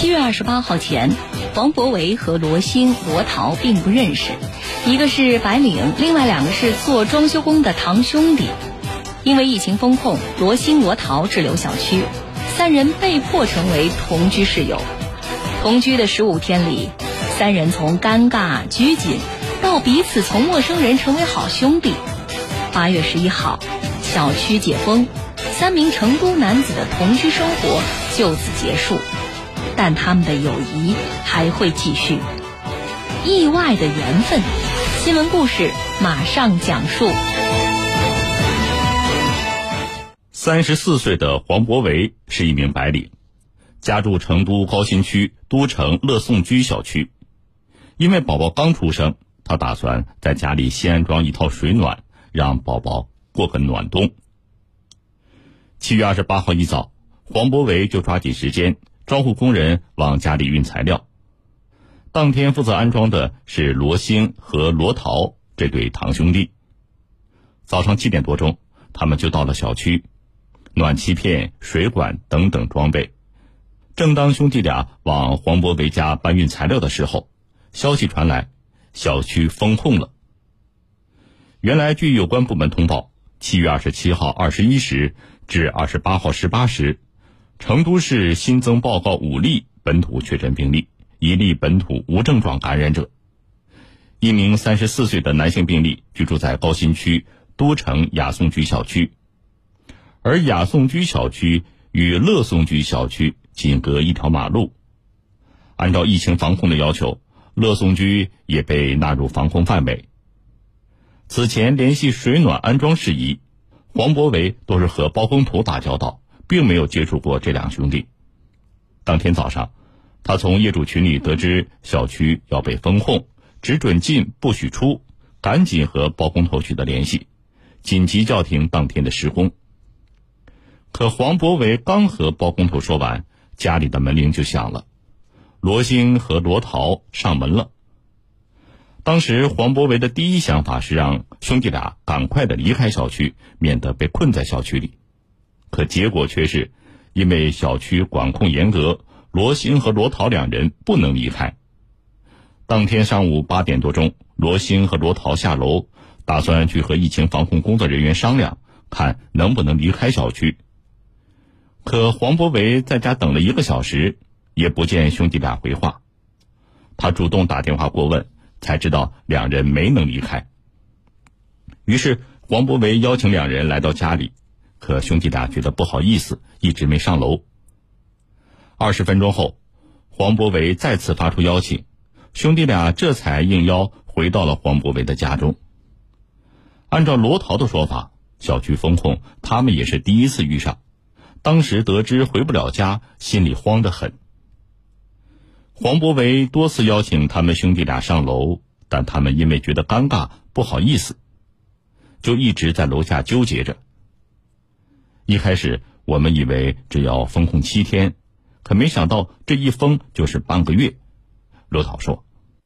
7月28号前，黄渤维和罗兴、罗桃并不认识，一个是白领，另外2个是做装修工的堂兄弟。因为疫情封控，罗兴、罗桃滞留小区，3人被迫成为同居室友。同居的15天里，3人从尴尬拘谨到彼此从陌生人成为好兄弟。8月11号，小区解封，3名成都男子的同居生活就此结束，但他们的友谊还会继续。意外的缘分，新闻故事马上讲述。 34岁的黄渤维是一名白领，家住成都高新区都城乐颂居小区。因为宝宝刚出生，他打算在家里先安装一套水暖，让宝宝过个暖冬。7月28号一早，黄渤维就抓紧时间招呼工人往家里运材料。当天负责安装的是罗兴和罗桃这对堂兄弟。早上7点多钟，他们就到了小区，暖气片、水管等等装备。正当兄弟俩往黄渤维家搬运材料的时候，消息传来，小区封控了。原来据有关部门通报，7月27号21时至28号18时，成都市新增报告5例本土确诊病例，1例本土无症状感染者。一名34岁的男性病例居住在高新区都城雅颂居小区，而雅颂居小区与乐颂居小区仅隔一条马路。按照疫情防控的要求，乐颂居也被纳入防控范围。此前联系水暖安装事宜，黄渤维都是和包工头打交道，并没有接触过这2兄弟。当天早上，他从业主群里得知小区要被封控，只准进不许出，赶紧和包工头取得联系，紧急叫停当天的施工。可黄渤维刚和包工头说完，家里的门铃就响了，罗兴和罗桃上门了。当时黄渤维的第一想法是让兄弟俩赶快的离开小区，免得被困在小区里。可结果却是，因为小区管控严格，罗兴和罗桃2人不能离开。当天上午8点多钟，罗兴和罗桃下楼，打算去和疫情防控工作人员商量，看能不能离开小区。可黄渤维在家等了1个小时，也不见兄弟俩回话。他主动打电话过问，才知道2人没能离开。于是黄渤维邀请2人来到家里，可兄弟俩觉得不好意思，一直没上楼。20分钟后，黄渤维再次发出邀请，兄弟俩这才应邀回到了黄渤维的家中。按照罗桃的说法，小区封控他们也是第一次遇上，当时得知回不了家，心里慌得很。黄渤维多次邀请他们兄弟俩上楼，但他们因为觉得尴尬不好意思，就一直在楼下纠结着。一开始我们以为只要封控7天，可没想到这一封就是半个月。罗桃说，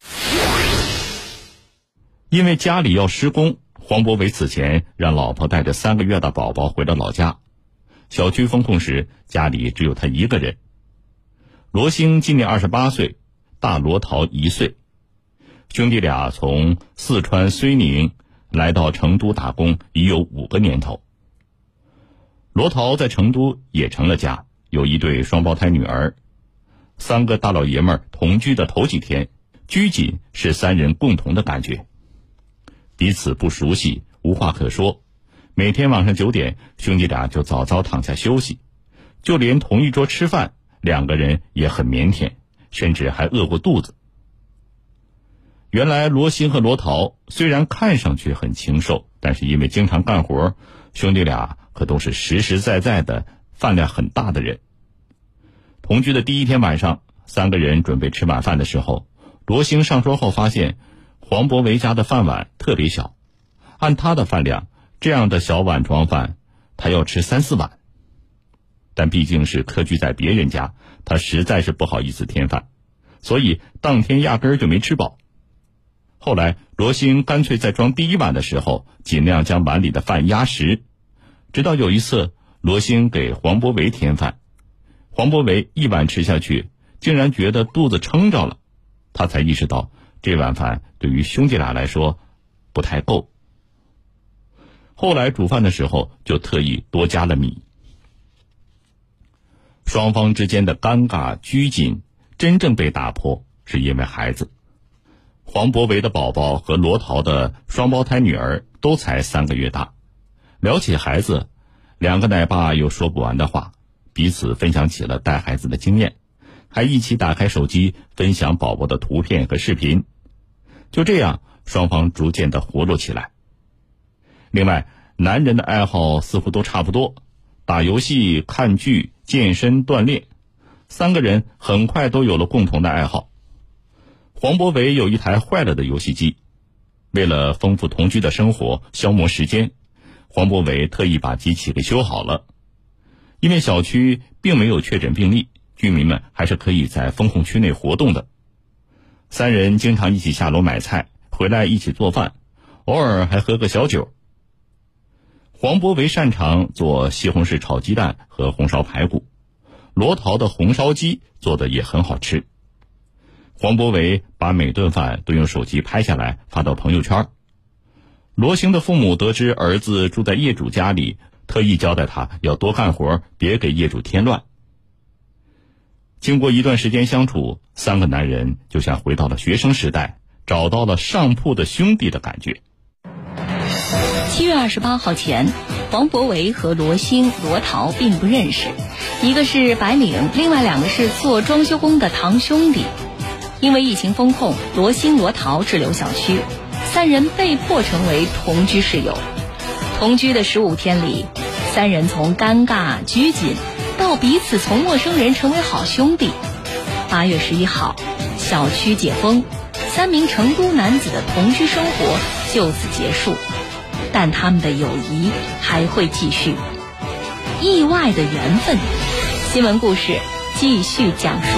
因为家里要施工，黄渤维此前让老婆带着3个月的宝宝回了老家。小区封控时，家里只有他1个人。罗兴今年28岁，大罗桃1岁。兄弟俩从四川绥宁来到成都打工已有5个年头。罗桃在成都也成了家，有1对双胞胎女儿。3个大老爷们儿同居的头几天，拘谨是3人共同的感觉。彼此不熟悉，无话可说。每天晚上9点，兄弟俩就早早躺下休息，就连同一桌吃饭，2个人也很腼腆，甚至还饿过肚子。原来罗兴和罗桃虽然看上去很清瘦，但是因为经常干活，兄弟俩可都是实实在在的饭量很大的人。同居的第1天晚上，3个人准备吃晚饭的时候，罗兴上桌后发现黄渤维家的饭碗特别小，按他的饭量，这样的小碗装饭，他要吃3、4碗。但毕竟是客居在别人家，他实在是不好意思添饭，所以当天压根儿就没吃饱。后来罗兴干脆在装第1碗的时候，尽量将碗里的饭压实。直到有一次，罗兴给黄渤维添饭，黄渤维1碗吃下去， 竟然觉得肚子撑着了，他才意识到这碗饭对于兄弟俩来说不太够。后来煮饭的时候就特意多加了米。双方之间的尴尬拘谨真正被打破，是因为孩子。黄博维的宝宝和罗桃的双胞胎女儿都才3个月大，聊起孩子，两个奶爸有说不完的话，彼此分享起了带孩子的经验，还一起打开手机分享宝宝的图片和视频。就这样，双方逐渐的活络起来。另外，男人的爱好似乎都差不多，打游戏、看剧、健身、锻炼，3个人很快都有了共同的爱好。黄博维有一台坏了的游戏机，为了丰富同居的生活，消磨时间，黄博维特意把机器给修好了。因为小区并没有确诊病例，居民们还是可以在封控区内活动的。3人经常一起下楼买菜，回来一起做饭，偶尔还喝个小酒。黄博维擅长做西红柿炒鸡蛋和红烧排骨，罗桃的红烧鸡做的也很好吃。黄博维把每顿饭都用手机拍下来发到朋友圈。罗星的父母得知儿子住在业主家里，特意交代他要多干活，别给业主添乱。经过一段时间相处，3个男人就像回到了学生时代，找到了上铺的兄弟的感觉。 7月28号前，黄博维和罗星、罗桃并不认识，一个是白领，另外2个是做装修工的堂兄弟。因为疫情封控，罗星、罗桃滞留小区，3人被迫成为同居室友。同居的15天里，3人从尴尬拘谨到彼此从陌生人成为好兄弟。8月11号，小区解封，3名成都男子的同居生活就此结束，但他们的友谊还会继续。意外的缘分，新闻故事继续讲述。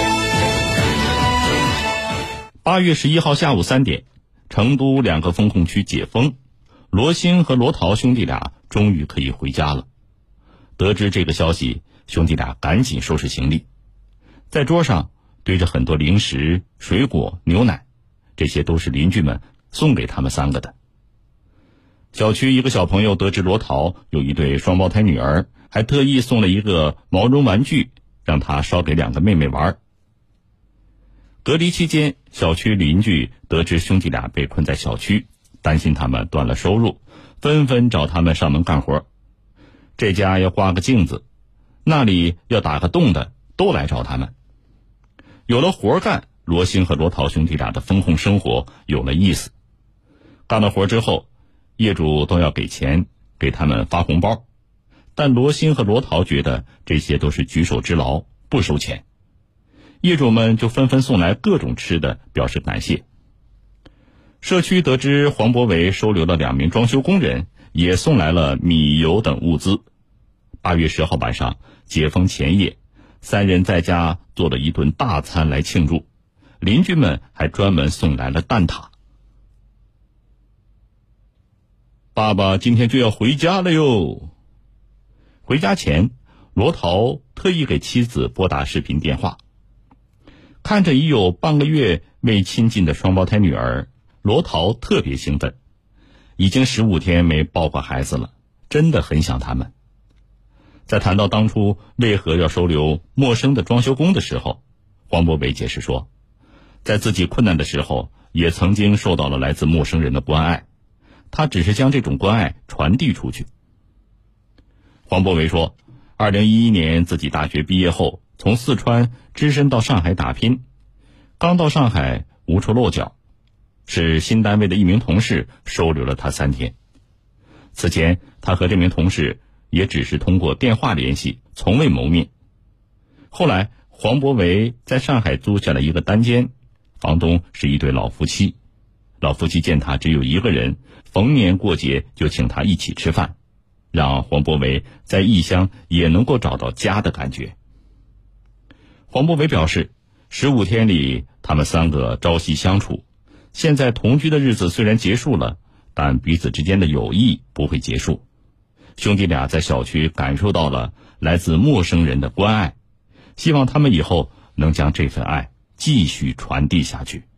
8月11号下午3点，成都2个封控区解封，罗星和罗桃兄弟俩终于可以回家了。得知这个消息，兄弟俩赶紧收拾行李，在桌上堆着很多零食、水果、牛奶，这些都是邻居们送给他们3个的。小区一个小朋友得知罗桃有一对双胞胎女儿，还特意送了一个毛绒玩具，让他捎给2个妹妹玩。隔离期间，小区邻居得知兄弟俩被困在小区，担心他们断了收入，纷纷找他们上门干活。这家要挂个镜子，那里要打个洞的，都来找他们。有了活干，罗星和罗桃兄弟俩的封控生活有了意思。干了活之后，业主都要给钱，给他们发红包，但罗星和罗桃觉得这些都是举手之劳，不收钱。业主们就纷纷送来各种吃的，表示感谢。社区得知黄博维收留了2名装修工人，也送来了米油等物资。8月10号晚上，解封前夜，3人在家做了一顿大餐来庆祝，邻居们还专门送来了蛋挞。爸爸今天就要回家了哟。回家前，罗桃特意给妻子拨打视频电话。看着已有半个月未亲近的双胞胎女儿，罗桃特别兴奋，已经15天没抱过孩子了，真的很想他们。在谈到当初为何要收留陌生的装修工的时候，黄博维解释说，在自己困难的时候也曾经受到了来自陌生人的关爱，他只是将这种关爱传递出去。黄博维说，2011年自己大学毕业后从四川只身到上海打拼，刚到上海无处落脚，是新单位的一名同事收留了他3天。此前他和这名同事也只是通过电话联系，从未谋面。后来黄博维在上海租下了一个单间，房东是一对老夫妻。老夫妻见他只有1个人，逢年过节就请他一起吃饭，让黄博维在异乡也能够找到家的感觉。黄博维表示，15天里他们3个朝夕相处，现在同居的日子虽然结束了，但彼此之间的友谊不会结束。兄弟俩在小区感受到了来自陌生人的关爱，希望他们以后能将这份爱继续传递下去。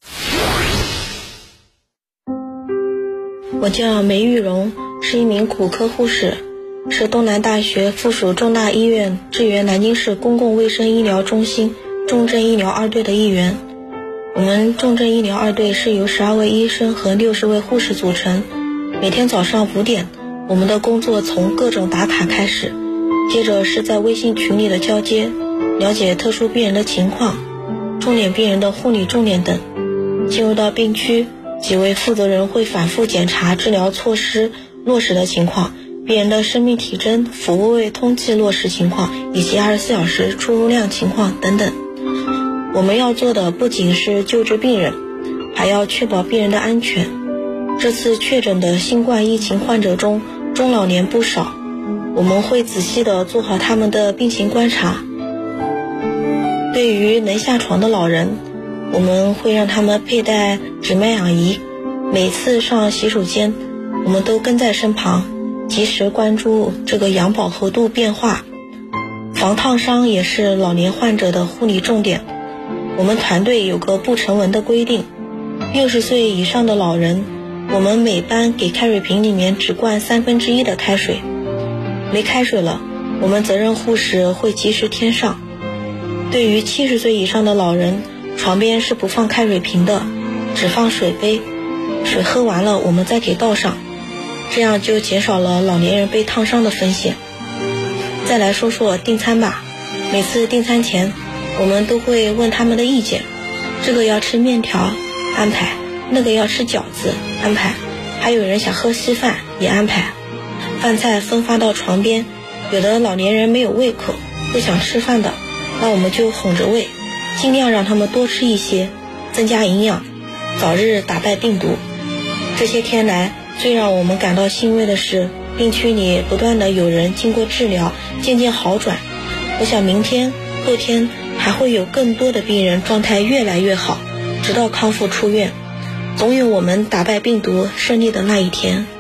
我叫梅玉荣，是一名骨科护士，是东南大学附属重大医院支援南京市公共卫生医疗中心重症医疗二队的一员。我们重症医疗二队是由12位医生和60位护士组成。每天早上5点，我们的工作从各种打卡开始，接着是在微信群里的交接，了解特殊病人的情况，重点病人的护理重点等。进入到病区，几位负责人会反复检查治疗措施落实的情况，病人的生命体征、腹部位通气落实情况，以及24小时出入量情况等等。我们要做的不仅是救治病人，还要确保病人的安全。这次确诊的新冠疫情患者中，中老年不少，我们会仔细地做好他们的病情观察。对于能下床的老人，我们会让他们佩戴指脉氧仪，每次上洗手间，我们都跟在身旁，及时关注这个氧饱和度变化。防烫伤也是老年患者的护理重点。我们团队有个不成文的规定，60岁以上的老人，我们每班给开水瓶里面只灌1/3的开水，没开水了，我们责任护士会及时添上。对于70岁以上的老人，床边是不放开水瓶的，只放水杯，水喝完了我们再给倒上，这样就减少了老年人被烫伤的风险。再来说说订餐吧，每次订餐前我们都会问他们的意见，这个要吃面条，安排；那个要吃饺子，安排；还有人想喝稀饭，也安排。饭菜分发到床边，有的老年人没有胃口，不想吃饭的，那我们就哄着喂，尽量让他们多吃一些，增加营养，早日打败病毒。这些天来，最让我们感到欣慰的是，病区里不断的有人经过治疗，渐渐好转。我想明天、后天还会有更多的病人状态越来越好，直到康复出院。总有我们打败病毒胜利的那一天。